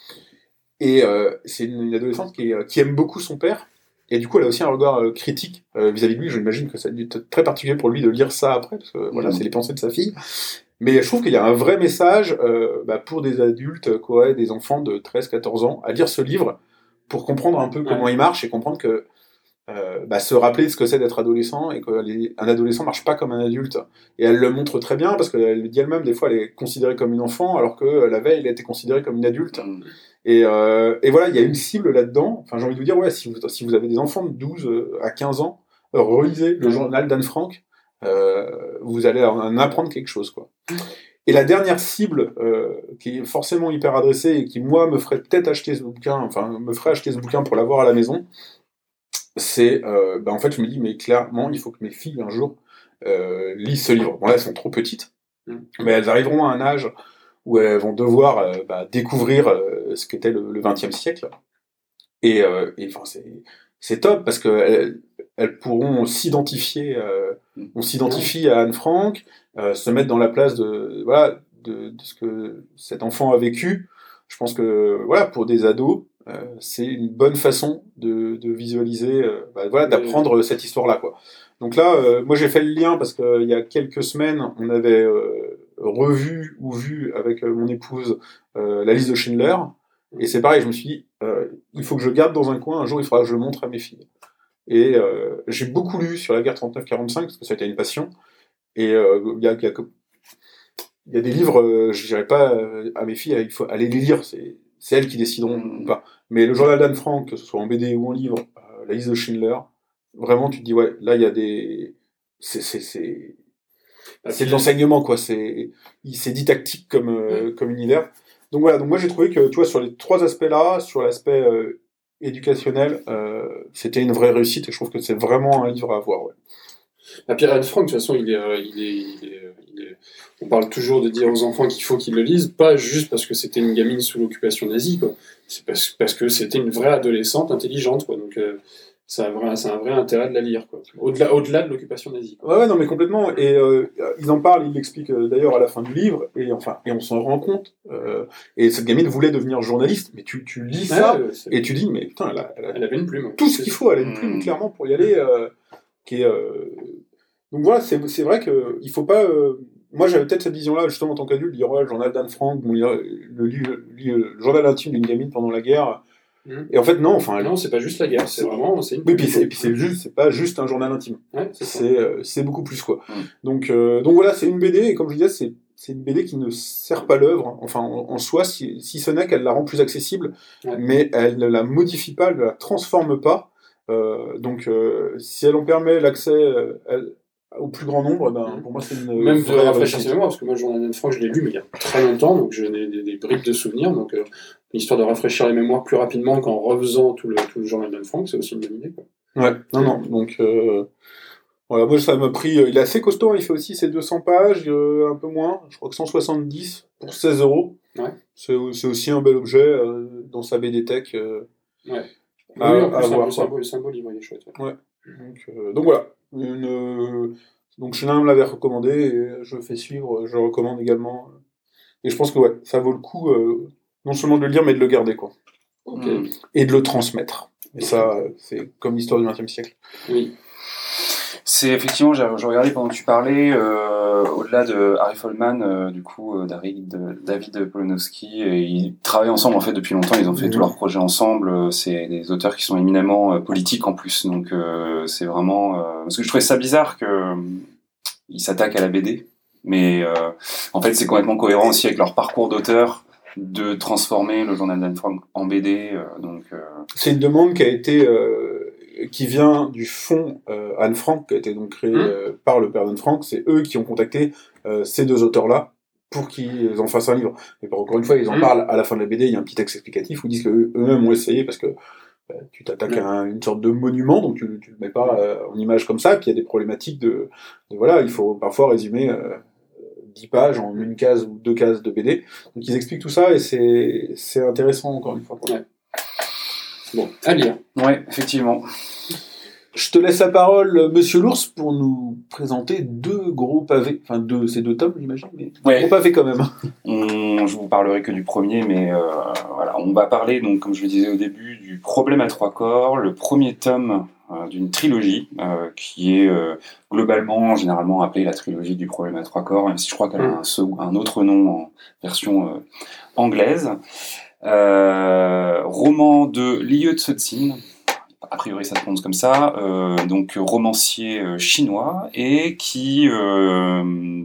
Speaker 4: Et euh, c'est une, une adolescente qui, est, qui aime beaucoup son père. Et du coup, elle a aussi un regard euh, critique euh, vis-à-vis de lui. J'imagine que ça a dû être très particulier pour lui de lire ça après, parce que mmh. voilà, c'est les pensées de sa fille. Mais je trouve qu'il y a un vrai message euh, bah, pour des adultes, quoi, des enfants de treize à quatorze ans, à lire ce livre pour comprendre un peu comment ouais. il marche et comprendre que euh, bah, se rappeler de ce que c'est d'être adolescent et qu'un adolescent marche pas comme un adulte. Et elle le montre très bien parce qu'elle le dit elle-même, des fois, elle est considérée comme une enfant alors que la veille, elle a été considérée comme une adulte. Mmh. Et, euh, et voilà, il y a une cible là-dedans. Enfin, j'ai envie de vous dire, ouais, si vous, si vous avez des enfants de douze à quinze ans, euh, relisez le journal d'Anne Frank, euh, vous allez en apprendre quelque chose, quoi. Et la dernière cible, euh, qui est forcément hyper adressée et qui, moi, me ferait peut-être acheter ce bouquin, enfin, me ferait acheter ce bouquin pour l'avoir à la maison, c'est, euh, bah, en fait, je me dis, mais clairement, il faut que mes filles, un jour, euh, lisent ce livre. Bon, là, elles sont trop petites, mais elles arriveront à un âge où elles vont devoir euh, bah, découvrir euh, ce qu'était le vingtième siècle. Et, euh, et enfin, c'est, c'est top, parce qu'elles elles pourront s'identifier, euh, on s'identifie à Anne Frank, euh, se mettre dans la place de, voilà, de, de ce que cet enfant a vécu. Je pense que voilà, pour des ados, euh, c'est une bonne façon de, de visualiser, euh, bah, voilà, d'apprendre cette histoire-là, quoi. Donc là, euh, moi j'ai fait le lien parce qu'il y a quelques semaines, on avait euh, revu ou vu avec euh, mon épouse euh, la liste de Schindler, et c'est pareil, je me suis dit, euh, il faut que je garde dans un coin, un jour il faudra que je le montre à mes filles. Et euh, j'ai beaucoup lu sur la guerre trente-neuf quarante-cinq, parce que ça a été une passion, et euh, il y, a, y, a, y a des livres, euh, je dirais pas euh, à mes filles, il faut aller les lire, c'est, c'est elles qui décideront ou pas. Mais le journal d'Anne Frank, que ce soit en B D ou en livre, euh, la liste de Schindler, vraiment tu te dis, ouais, là il y a des... c'est... c'est, c'est... c'est de l'enseignement, quoi. C'est, c'est didactique comme, euh, comme univers. Donc voilà, donc moi j'ai trouvé que, tu vois, sur les trois aspects-là, sur l'aspect euh, éducationnel, euh, c'était une vraie réussite, et je trouve que c'est vraiment un livre à avoir, ouais.
Speaker 6: La Pierre Anne Frank, de toute façon, il est, euh, il, est, il, est, il est... on parle toujours de dire aux enfants qu'il faut qu'ils le lisent, pas juste parce que c'était une gamine sous l'occupation nazie, quoi. C'est parce, parce que c'était une vraie adolescente intelligente, quoi. Donc... Euh... C'est un, vrai, c'est un vrai intérêt de la lire, quoi. Au-delà, au-delà de l'occupation nazie.
Speaker 4: Ouais, ouais, non, mais complètement. Et euh, ils en parlent, ils l'expliquent euh, d'ailleurs à la fin du livre, et enfin, et on s'en rend compte. Euh, et cette gamine voulait devenir journaliste, mais tu, tu lis ça, ouais, et tu dis, mais putain, elle, a, elle, a
Speaker 6: elle avait une plume.
Speaker 4: Tout ce qu'il faut, elle a une plume, mmh. clairement, pour y aller. Euh, qui est, euh... Donc voilà, c'est, c'est vrai qu'il faut pas... Euh... Moi, j'avais peut-être cette vision-là, justement, en tant qu'adulte, dire, ouais, le journal d'Anne Frank, bon, le, le, le, le, le journal intime d'une gamine pendant la guerre... Et en fait, non, enfin.
Speaker 6: Non, c'est pas juste la guerre, c'est vraiment. C'est une
Speaker 4: oui, puis c'est, et puis c'est juste, c'est pas juste un journal intime.
Speaker 6: Ouais, c'est
Speaker 4: c'est, euh, c'est beaucoup plus, quoi. Mm. Donc, euh, donc voilà, c'est une B D, et comme je disais, c'est, c'est une B D qui ne sert pas l'œuvre, enfin, en, en soi, si, si ce n'est qu'elle la rend plus accessible, ouais. mais elle ne la modifie pas, elle ne la transforme pas. Euh, donc, euh, si elle en permet l'accès elle, au plus grand nombre, ben, pour moi, c'est une.
Speaker 6: Même de rafraîchir ses mémoires, parce que moi, le journal d'Anne Frank, je l'ai lu, mais il y a très longtemps, donc j'ai des, des, des bribes de souvenirs, donc. Euh, Histoire de rafraîchir les mémoires plus rapidement qu'en refaisant tout le, tout le journal d'Anne Frank, c'est aussi une bonne idée, quoi.
Speaker 4: Ouais, non, non, donc, euh, voilà, moi, ça m'a pris, il est assez costaud, il fait aussi ses deux cents pages, euh, un peu moins, je crois que cent soixante-dix pour seize euros.
Speaker 6: Ouais.
Speaker 4: C'est, c'est aussi un bel objet, euh, dans sa B D Tech, euh,
Speaker 6: ouais.
Speaker 4: À,
Speaker 6: oui, en plus,
Speaker 4: à
Speaker 6: c'est
Speaker 4: voir,
Speaker 6: un, c'est un beau, c'est un beau livre, il est chouette. Ouais.
Speaker 4: Ouais. Donc, euh, donc voilà, une, euh, donc Chenin me l'avait recommandé, et je fais suivre, je recommande également, et je pense que ouais, ça vaut le coup, euh, non seulement de le lire, mais de le garder, quoi.
Speaker 6: Ok.
Speaker 5: Mm.
Speaker 4: et de le transmettre. Et ça, euh, c'est comme l'histoire du vingtième siècle.
Speaker 6: Oui.
Speaker 5: C'est effectivement, j'ai je regardais pendant que tu parlais, euh, au-delà de Harry Folman, euh, du coup, euh, David, de- David Polonowski, et ils travaillent ensemble en fait depuis longtemps, ils ont fait
Speaker 4: Mhm.
Speaker 5: tous leurs projets ensemble, euh, c'est des auteurs qui sont éminemment euh, politiques en plus, donc euh, c'est vraiment... euh, parce que je trouvais ça bizarre que euh, ils s'attaquent à la B D, mais euh, en fait c'est complètement cohérent aussi avec leur parcours d'auteur, de transformer le journal d'Anne Frank en B D, euh, donc... euh,
Speaker 4: C'est une demande qui a été, euh, qui vient du fonds euh, Anne Frank, qui a été donc créé
Speaker 6: Mmh.
Speaker 4: euh, par le père d'Anne Frank. C'est eux qui ont contacté euh, ces deux auteurs-là pour qu'ils en fassent un livre. Et pour, encore une fois, ils en
Speaker 6: Mmh.
Speaker 4: parlent à la fin de la B D. Il y a un petit texte explicatif où ils disent qu'eux-mêmes ont essayé parce que euh, tu t'attaques
Speaker 6: Mmh.
Speaker 4: à un- une sorte de monument, donc tu, tu le mets pas euh, en image comme ça. Puis il y a des problématiques de, de voilà, il faut parfois résumer euh, dix pages en une case ou deux cases de B D. Donc ils expliquent tout ça et c'est c'est intéressant encore une fois.
Speaker 6: Ouais. Bon, à lire.
Speaker 5: Ouais, effectivement.
Speaker 4: Je te laisse la parole, Monsieur l'Ours, pour nous présenter deux gros pavés. Enfin, deux, c'est deux tomes, j'imagine, mais
Speaker 5: Ouais.
Speaker 4: gros pavés quand même.
Speaker 5: On, je vous parlerai que du premier, mais euh, voilà, on va parler, donc, comme je le disais au début, du problème à trois corps, le premier tome euh, d'une trilogie euh, qui est euh, globalement, généralement appelée la trilogie du problème à trois corps, même si je crois qu'elle a un, second- un autre nom en version euh, anglaise. Euh, roman de Liu Cixin, a priori ça se prononce comme ça, euh, donc romancier euh, chinois, et qui euh,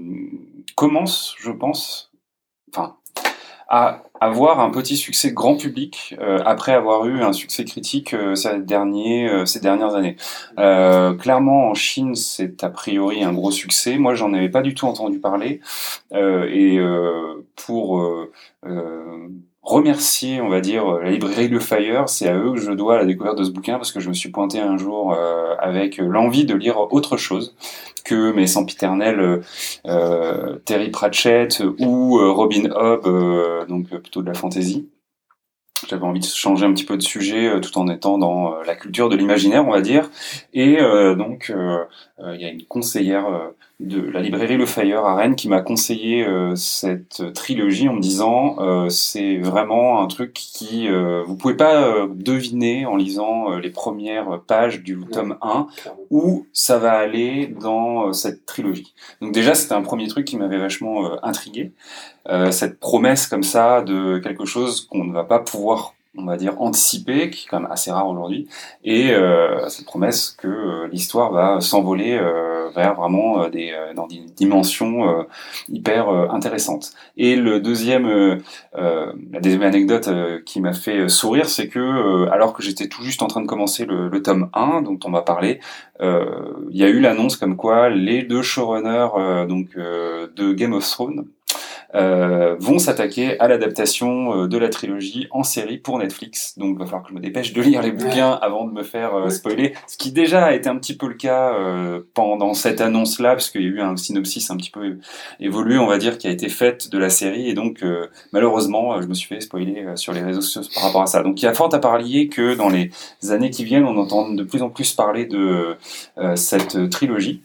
Speaker 5: commence, je pense, enfin, à avoir un petit succès grand public euh, après avoir eu un succès critique euh, ces, derniers, euh, ces dernières années. Euh, clairement, en Chine, c'est a priori un gros succès. Moi, j'en avais pas du tout entendu parler. Euh, et euh, pour euh, euh, remercier, on va dire, la librairie Le Fire, c'est à eux que je dois la découverte de ce bouquin, parce que je me suis pointé un jour euh, avec l'envie de lire autre chose que mes sempiternels euh, Terry Pratchett ou euh, Robin Hobb, euh, donc euh, plutôt de la fantasy. J'avais envie de changer un petit peu de sujet euh, tout en étant dans euh, la culture de l'imaginaire, on va dire. Et euh, donc, il euh, euh, y a une conseillère euh, de la librairie Le Fire à Rennes qui m'a conseillé euh, cette trilogie en me disant euh, c'est vraiment un truc qui euh, vous pouvez pas euh, deviner en lisant euh, les premières pages du tome un où ça va aller dans euh, cette trilogie. Donc déjà, c'était un premier truc qui m'avait vachement euh, intrigué. Euh, cette promesse comme ça de quelque chose qu'on ne va pas pouvoir, on va dire, anticiper, qui est quand même assez rare aujourd'hui, et euh, cette promesse que euh, l'histoire va s'envoler euh, vers vraiment euh, des, euh, dans des dimensions euh, hyper euh, intéressantes. Et le deuxième, euh, euh, la deuxième anecdote euh, qui m'a fait sourire, c'est que euh, alors que j'étais tout juste en train de commencer le, le tome un, dont on m'a parlé, euh, il y a eu l'annonce comme quoi les deux showrunners euh, donc, euh, de Game of Thrones Euh, vont s'attaquer à l'adaptation euh, de la trilogie en série pour Netflix. Donc il va falloir que je me dépêche de lire les bouquins avant de me faire euh, spoiler. Ce qui déjà a été un petit peu le cas euh, pendant cette annonce-là, parce qu'il y a eu un synopsis un petit peu évolué, on va dire, qui a été fait de la série. Et donc euh, malheureusement, je me suis fait spoiler euh, sur les réseaux sociaux par rapport à ça. Donc il y a fort à parier que dans les années qui viennent, on entend de plus en plus parler de euh, cette trilogie,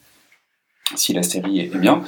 Speaker 5: si la série est bien.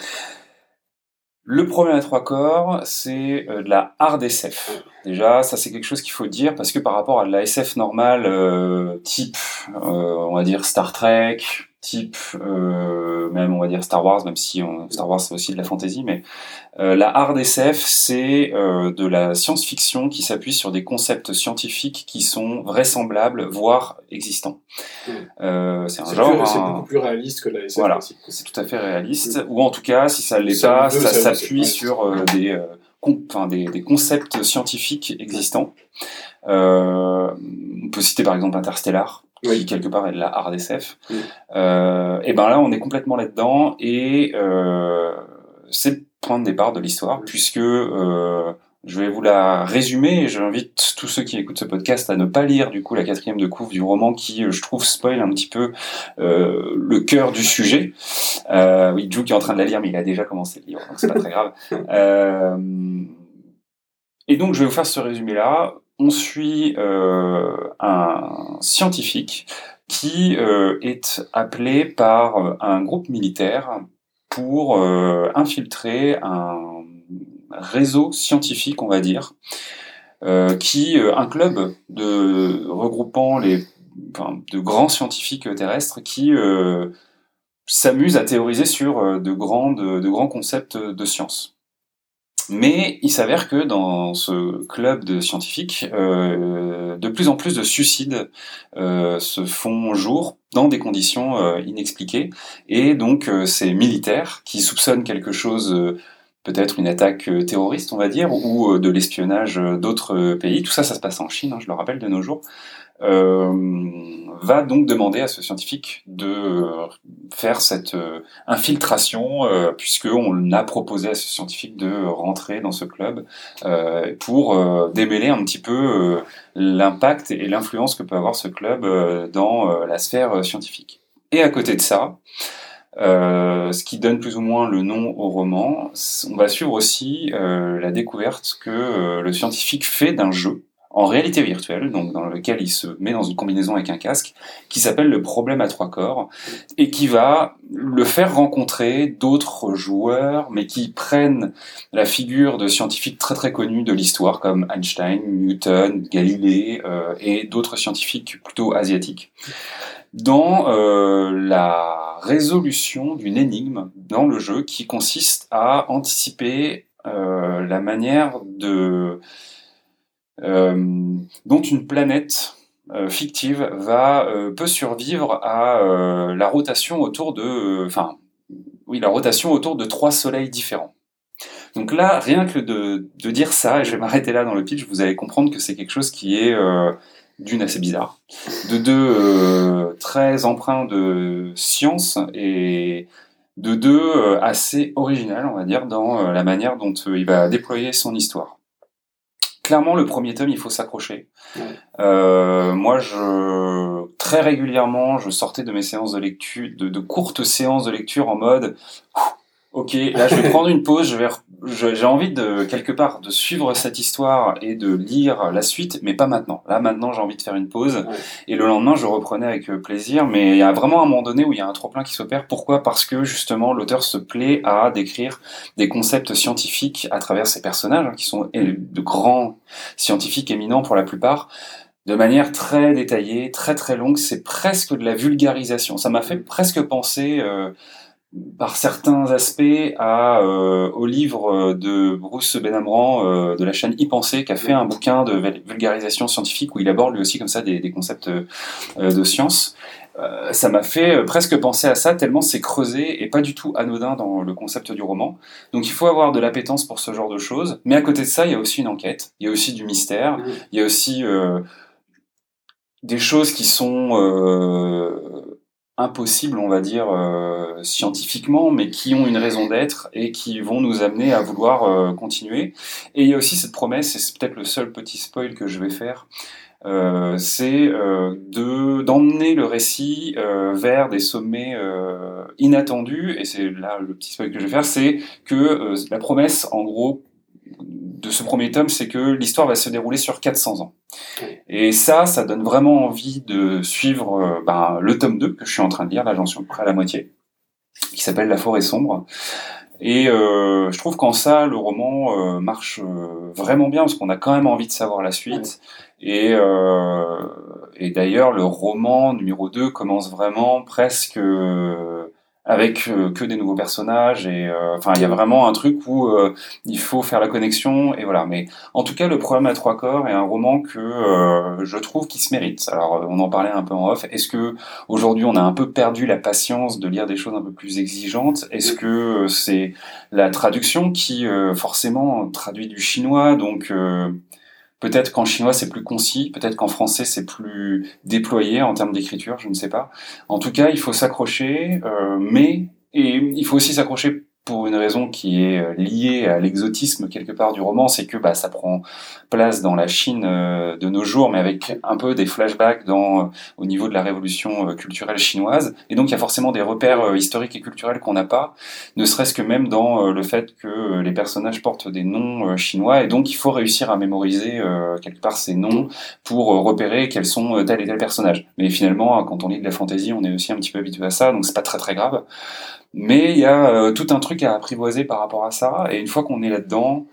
Speaker 5: Le problème à trois corps, c'est euh, de la hard S F. Déjà, ça c'est quelque chose qu'il faut dire, parce que par rapport à de la S F normale, euh, type, euh, on va dire Star Trek, type, euh, même on va dire Star Wars, même si on, Star Wars c'est aussi de la fantasy, mais euh, la hard S F, c'est euh, de la science-fiction qui s'appuie sur des concepts scientifiques qui sont vraisemblables, voire existants.
Speaker 6: Mmh.
Speaker 5: Euh, c'est un
Speaker 6: C'est,
Speaker 5: genre...
Speaker 6: plus, c'est
Speaker 5: un...
Speaker 6: beaucoup plus réaliste que la S F
Speaker 5: Voilà.
Speaker 6: classique.
Speaker 5: C'est tout à fait réaliste,
Speaker 6: Mmh.
Speaker 5: ou en tout cas, si ça ne l'est
Speaker 6: Ça
Speaker 5: pas,
Speaker 6: veut,
Speaker 5: ça,
Speaker 6: ça veut,
Speaker 5: s'appuie
Speaker 6: c'est-
Speaker 5: sur euh, des, euh, con- enfin, des, des concepts scientifiques existants. Euh, on peut citer par exemple Interstellar, qui
Speaker 6: Oui.
Speaker 5: quelque part est de la hard S F.
Speaker 6: Mmh.
Speaker 5: Euh, et ben là, on est complètement là-dedans, et euh, c'est le point de départ de l'histoire, puisque euh, je vais vous la résumer, et j'invite tous ceux qui écoutent ce podcast à ne pas lire du coup la quatrième de couve du roman qui, je trouve, spoil un petit peu euh, le cœur du sujet. Euh, oui, Joe qui est en train de la lire, mais il a déjà commencé le livre, donc c'est pas très grave. Euh, et donc, je vais vous faire ce résumé-là. On suit euh, un scientifique qui euh, est appelé par un groupe militaire pour euh, infiltrer un réseau scientifique, on va dire, euh, qui euh, un club de regroupant les enfin, de grands scientifiques terrestres qui euh, s'amusent à théoriser sur euh, de grandes de grands concepts de science. Mais il s'avère que dans ce club de scientifiques, euh, de plus en plus de suicides euh, se font jour dans des conditions euh, inexpliquées. Et donc euh, ces militaires qui soupçonnent quelque chose, euh, peut-être une attaque euh, terroriste, on va dire, ou euh, de l'espionnage euh, d'autres pays, tout ça, ça se passe en Chine, hein, je le rappelle, de nos jours, euh, va donc demander à ce scientifique de euh, faire cette euh, infiltration, euh, puisqu'on a proposé à ce scientifique de rentrer dans ce club euh, pour euh, démêler un petit peu euh, l'impact et l'influence que peut avoir ce club euh, dans euh, la sphère euh, scientifique. Et à côté de ça, euh, ce qui donne plus ou moins le nom au roman, on va suivre aussi euh, la découverte que euh, le scientifique fait d'un jeu en réalité virtuelle, donc dans lequel il se met dans une combinaison avec un casque, qui s'appelle le problème à trois corps, et qui va le faire rencontrer d'autres joueurs, mais qui prennent la figure de scientifiques très très connus de l'histoire, comme Einstein, Newton, Galilée, euh, et d'autres scientifiques plutôt asiatiques, dans euh, la résolution d'une énigme dans le jeu qui consiste à anticiper euh, la manière de... Euh, dont une planète euh, fictive va euh, peut survivre à euh, la rotation autour de, enfin, euh, oui, la rotation autour de trois soleils différents. Donc là, rien que de, de dire ça, et je vais m'arrêter là dans le pitch, vous allez comprendre que c'est quelque chose qui est euh, d'une assez bizarre, de deux euh, très empreint de science et de deux euh, assez original, on va dire, dans euh, la manière dont euh, il va déployer son histoire. Clairement, le premier tome, il faut s'accrocher. Ouais. Euh, moi, je très régulièrement, je sortais de mes séances de lecture, de, de courtes séances de lecture en mode, ok, là, je vais prendre une pause. Je vais, je, j'ai envie de quelque part de suivre cette histoire et de lire la suite, mais pas maintenant. Là, maintenant, j'ai envie de faire une pause. Ouais. Et le lendemain, je reprenais avec plaisir. Mais il y a vraiment un moment donné où il y a un trop-plein qui s'opère. Pourquoi ? Parce que justement, l'auteur se plaît à décrire des concepts scientifiques à travers ses personnages, hein, qui sont de grands scientifiques éminents pour la plupart, de manière très détaillée, très très longue. C'est presque de la vulgarisation. Ça m'a fait presque penser... Euh, par certains aspects à, euh, au livre de Bruce Benamran euh, de la chaîne Y Penser, qui a fait un bouquin de vulgarisation scientifique où il aborde lui aussi comme ça des, des concepts euh, de science. Euh, ça m'a fait presque penser à ça, tellement c'est creusé et pas du tout anodin dans le concept du roman. Donc il faut avoir de l'appétence pour ce genre de choses. Mais à côté de ça, il y a aussi une enquête, il y a aussi du mystère, il y a aussi euh, des choses qui sont... Euh, impossibles, on va dire, euh, scientifiquement, mais qui ont une raison d'être et qui vont nous amener à vouloir euh, continuer. Et il y a aussi cette promesse, et c'est peut-être le seul petit spoil que je vais faire, euh, c'est euh, de, d'emmener le récit euh, vers des sommets euh, inattendus, et c'est là le petit spoil que je vais faire, c'est que euh, la promesse, en gros, de ce premier tome, c'est que l'histoire va se dérouler sur quatre cents ans. Et ça, ça donne vraiment envie de suivre euh, ben, le tome deux, que je suis en train de lire, là j'en suis à peu près à la moitié, qui s'appelle La forêt sombre. Et euh, je trouve qu'en ça, le roman euh, marche euh, vraiment bien, parce qu'on a quand même envie de savoir la suite. Et, euh, et d'ailleurs, le roman numéro deux commence vraiment presque... Euh, avec euh, que des nouveaux personnages et euh, enfin il y a vraiment un truc où euh, il faut faire la connexion et voilà. Mais en tout cas, le problème à trois corps est un roman que euh, je trouve qui se mérite. Alors on en parlait un peu en off. Est-ce que aujourd'hui on a un peu perdu la patience de lire des choses un peu plus exigeantes ? Est-ce que euh, c'est la traduction qui euh, forcément traduit du chinois, donc euh, peut-être qu'en chinois c'est plus concis, peut-être qu'en français c'est plus déployé en termes d'écriture, je ne sais pas. En tout cas, il faut s'accrocher, euh, mais et il faut aussi s'accrocher pour une raison qui est liée à l'exotisme quelque part du roman, c'est que bah, ça prend place dans la Chine euh, de nos jours, mais avec un peu des flashbacks dans, euh, au niveau de la révolution euh, culturelle chinoise. Et donc il y a forcément des repères euh, historiques et culturels qu'on n'a pas, ne serait-ce que même dans euh, le fait que euh, les personnages portent des noms euh, chinois, et donc il faut réussir à mémoriser euh, quelque part ces noms pour euh, repérer quels sont euh, tel et tel personnage. Mais finalement, quand on lit de la fantasy, on est aussi un petit peu habitué à ça, donc c'est pas très très grave. Mais il y a euh, tout un truc à apprivoiser par rapport à ça, et une fois qu'on est là-dedans,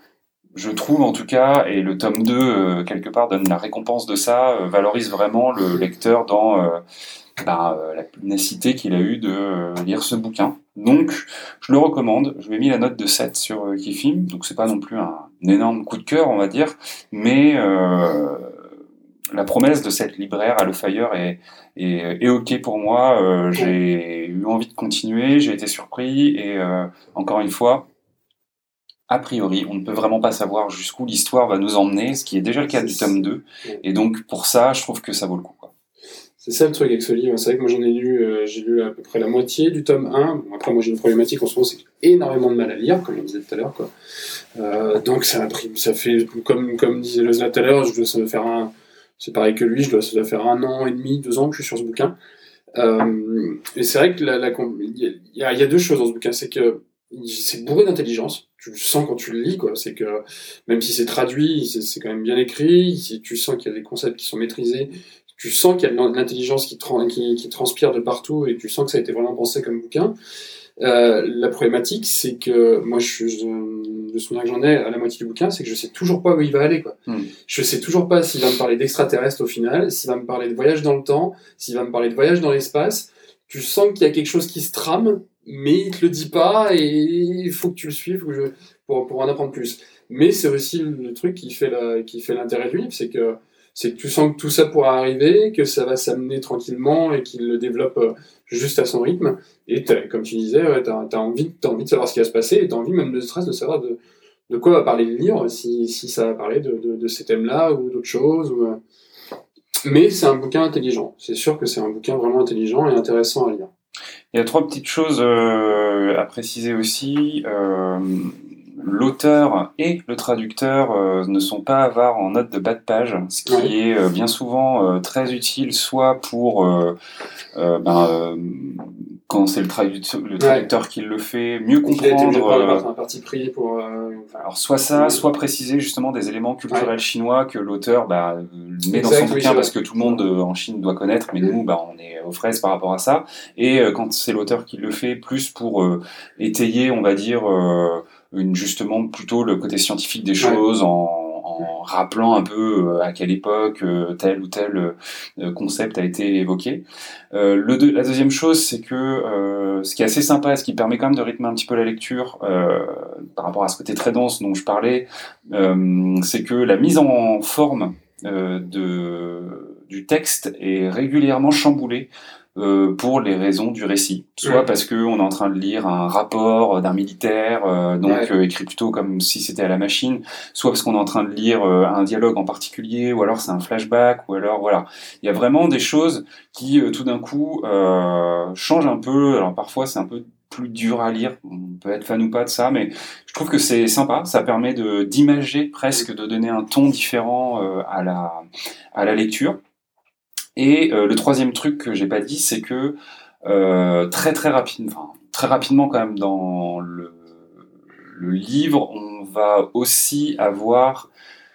Speaker 5: je trouve en tout cas, et le tome deux, euh, quelque part, donne la récompense de ça, euh, valorise vraiment le lecteur dans euh, bah, euh, la pugnacité qu'il a eu de euh, lire ce bouquin. Donc, je le recommande. Je lui ai mis la note de sept sur euh, Kifim, donc c'est pas non plus un, un énorme coup de cœur, on va dire, mais euh, la promesse de cette libraire à Le Fayeur est, est, est ok pour moi. Euh, j'ai eu envie de continuer, j'ai été surpris, et euh, encore une fois, a priori, on ne peut vraiment pas savoir jusqu'où l'histoire va nous emmener, ce qui est déjà le cas du tome deux, et donc pour ça, je trouve que ça vaut le coup, quoi.
Speaker 6: C'est ça le truc avec ce livre, c'est vrai que moi j'en ai lu, euh, j'ai lu à peu près la moitié du tome un. Bon, après moi j'ai une problématique en ce moment, c'est que j'ai énormément de mal à lire, comme on disait tout à l'heure, quoi. Euh, donc ça, a pris, ça fait, comme, comme disait Lozna tout à l'heure, je dois, ça doit faire un, c'est pareil que lui, je dois, ça doit faire un an et demi, deux ans que je suis sur ce bouquin. Euh, et c'est vrai que la, la, il y a, il y a deux choses dans ce bouquin, c'est que c'est bourré d'intelligence. Tu le sens quand tu le lis, quoi. C'est que même si c'est traduit, c'est, c'est quand même bien écrit. Tu sens qu'il y a des concepts qui sont maîtrisés. Tu sens qu'il y a de l'intelligence qui, tra- qui, qui transpire de partout, et tu sens que ça a été vraiment pensé comme bouquin. Euh, la problématique, c'est que moi, je, je, le souvenir que j'en ai à la moitié du bouquin, c'est que je sais toujours pas où il va aller, quoi. Mm. Je sais toujours pas s'il va me parler d'extraterrestres au final, s'il va me parler de voyage dans le temps, s'il va me parler de voyage dans l'espace. Tu sens qu'il y a quelque chose qui se trame, mais il te le dit pas, et il faut que tu le suives faut que je, pour, pour en apprendre plus. Mais c'est aussi le truc qui fait, la, qui fait l'intérêt du livre, c'est que, c'est que tu sens que tout ça pourra arriver, que ça va s'amener tranquillement, et qu'il le développe euh, juste à son rythme. Et comme tu disais, ouais, t'as, t'as, envie, t'as envie de savoir ce qui va se passer, et t'as envie même de stress de savoir de, de quoi va parler le livre, si, si ça va parler de, de, de ces thèmes-là, ou d'autres choses. Ou, euh... Mais c'est un bouquin intelligent. C'est sûr que c'est un bouquin vraiment intelligent et intéressant à lire.
Speaker 5: Il y a trois petites choses euh, à préciser aussi. Euh, l'auteur et le traducteur euh, ne sont pas avares en notes de bas de page, ce qui ouais. est euh, bien souvent euh, très utile, soit pour euh, euh, ben, euh, quand c'est le, tradu- le traducteur ouais. qui le fait, mieux comprendre.
Speaker 6: Euh, un parti pris pour. Euh,
Speaker 5: alors soit ça, ouais. soit préciser justement des éléments culturels ouais. chinois que l'auteur bah, met exact, dans son bouquin oui, parce que tout le monde euh, en Chine doit connaître, mais mmh. nous, bah, on est aux fraises par rapport à ça. Et euh, quand c'est l'auteur qui le fait, plus pour euh, étayer, on va dire. Euh, Une, justement plutôt le côté scientifique des choses ouais. en, en rappelant un peu à quelle époque euh, tel ou tel euh, concept a été évoqué. Euh, le de, la deuxième chose, c'est que euh, ce qui est assez sympa, ce qui permet quand même de rythmer un petit peu la lecture euh, par rapport à ce côté très dense dont je parlais, euh, c'est que la mise en forme euh, de, du texte est régulièrement chamboulée. Euh, pour les raisons du récit, soit mmh. parce que on est en train de lire un rapport d'un militaire, euh, donc ouais. euh, écrit plutôt comme si c'était à la machine, soit parce qu'on est en train de lire euh, un dialogue en particulier, ou alors c'est un flashback, ou alors voilà, il y a vraiment des choses qui euh, tout d'un coup euh, changent un peu. Alors parfois c'est un peu plus dur à lire, on peut être fan ou pas de ça, mais je trouve que c'est sympa, ça permet de d'imager presque, de donner un ton différent euh, à la à la lecture. Et euh, le troisième truc que j'ai pas dit, c'est que euh, très très rapide, enfin très rapidement quand même dans le, le livre, on va aussi avoir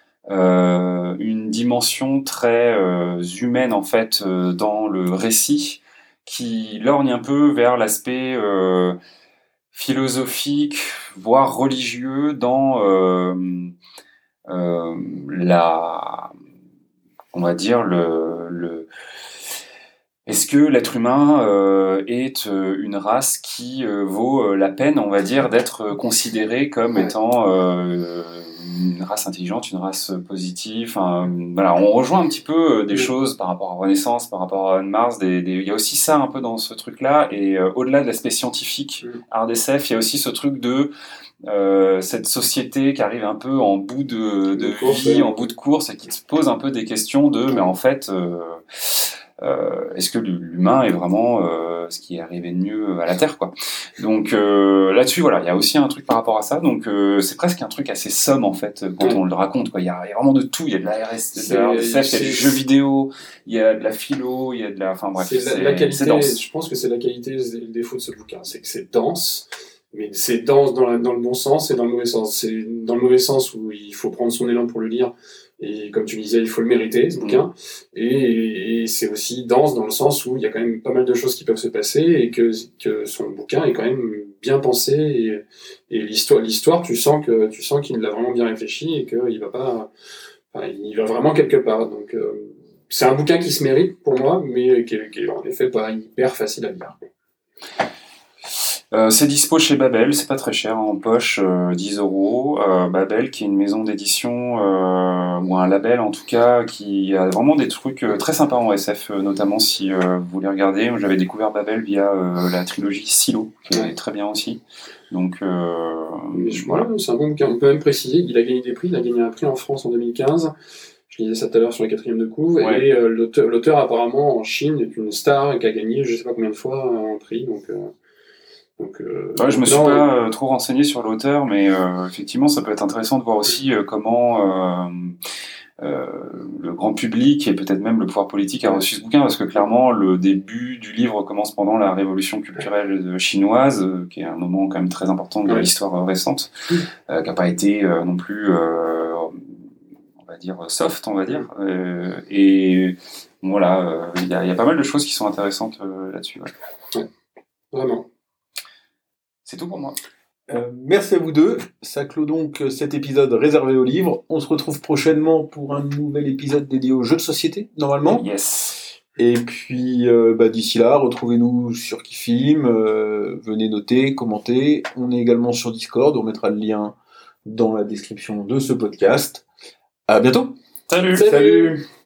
Speaker 5: euh, une dimension très euh, humaine en fait euh, dans le récit, qui lorgne un peu vers l'aspect euh, philosophique, voire religieux dans euh, euh, la, on va dire le, le est-ce que l'être humain euh, est euh, une race qui euh, vaut euh, la peine, on va dire, d'être considérée comme étant euh, une race intelligente, une race positive. Enfin, voilà, on rejoint un petit peu euh, des choses par rapport à Renaissance, par rapport à Mars. Des, des... Il y a aussi ça un peu dans ce truc-là. Et euh, au-delà de l'aspect scientifique, hard S F, il y a aussi ce truc de euh, cette société qui arrive un peu en bout de, de vie, en bout de course, et qui se pose un peu des questions de, mais en fait... Euh, Euh, est-ce que l'humain est vraiment euh, ce qui est arrivé de mieux à la Terre, quoi. Donc euh, là-dessus, voilà, il y a aussi un truc par rapport à ça. Donc euh, c'est presque un truc assez somme en fait quand ouais. on le raconte, quoi. Il y a, il y a vraiment de tout. Il y a de la R S, de la R S F, il y a du jeu vidéo, il y a de la philo, il y a de la, enfin bref,
Speaker 6: c'est,
Speaker 5: c'est
Speaker 6: la, la qualité.
Speaker 5: C'est dense.
Speaker 6: Je pense que c'est la qualité et le défaut de ce bouquin, c'est que c'est dense. Mais c'est dense dans, la, dans le bon sens et dans le mauvais sens. C'est dans le mauvais sens où il faut prendre son élan pour le lire Et comme tu disais, il faut le mériter, ce bouquin. Et, et c'est aussi dense dans le sens où il y a quand même pas mal de choses qui peuvent se passer et que, que son bouquin est quand même bien pensé. Et, et l'histoire, l'histoire, tu sens que tu sens qu'il l'a vraiment bien réfléchi et qu'il va pas, enfin, il va vraiment quelque part. Donc euh, c'est un bouquin qui se mérite pour moi, mais qui est, qui est en effet pas hyper facile à lire.
Speaker 5: Euh, c'est dispo chez Babel, c'est pas très cher, en poche, euh, dix euros. Euh, Babel, qui est une maison d'édition, euh, ou un label en tout cas, qui a vraiment des trucs euh, très sympas en S F, euh, notamment si euh, vous voulez regarder. Moi, j'avais découvert Babel via euh, la trilogie Silo, qui est très bien aussi. Donc, euh,
Speaker 6: je, voilà, c'est un bon bouquin. On peut même préciser qu'il a gagné des prix. Il a gagné un prix en France en deux mille quinze. Je disais ça tout à l'heure sur la quatrième de couve. Ouais. Et euh, l'auteur, l'auteur, apparemment, en Chine, est une star et qui a gagné je sais pas combien de fois un prix. Donc... Euh... Donc, euh,
Speaker 5: ouais, je me suis
Speaker 6: non,
Speaker 5: pas euh, trop renseigné sur l'auteur, mais euh, effectivement, ça peut être intéressant de voir aussi euh, comment euh, euh, le grand public et peut-être même le pouvoir politique a reçu ce bouquin, parce que clairement, le début du livre commence pendant la révolution culturelle chinoise, euh, qui est un moment quand même très important de ouais. l'histoire euh, récente, euh, qui n'a pas été euh, non plus, euh, on va dire, soft, on va dire. Euh, et voilà, il euh, y, y a pas mal de choses qui sont intéressantes euh, là-dessus. Ouais.
Speaker 6: Ouais, vraiment.
Speaker 5: C'est tout pour moi.
Speaker 4: Euh, merci à vous deux. Ça clôt donc cet épisode réservé aux livres. On se retrouve prochainement pour un nouvel épisode dédié aux jeux de société, normalement.
Speaker 5: Yes.
Speaker 4: Et puis, euh, bah, d'ici là, retrouvez-nous sur Kifim. Euh, venez noter, commenter. On est également sur Discord. On mettra le lien dans la description de ce podcast. À bientôt.
Speaker 5: Salut.
Speaker 4: Salut. Salut.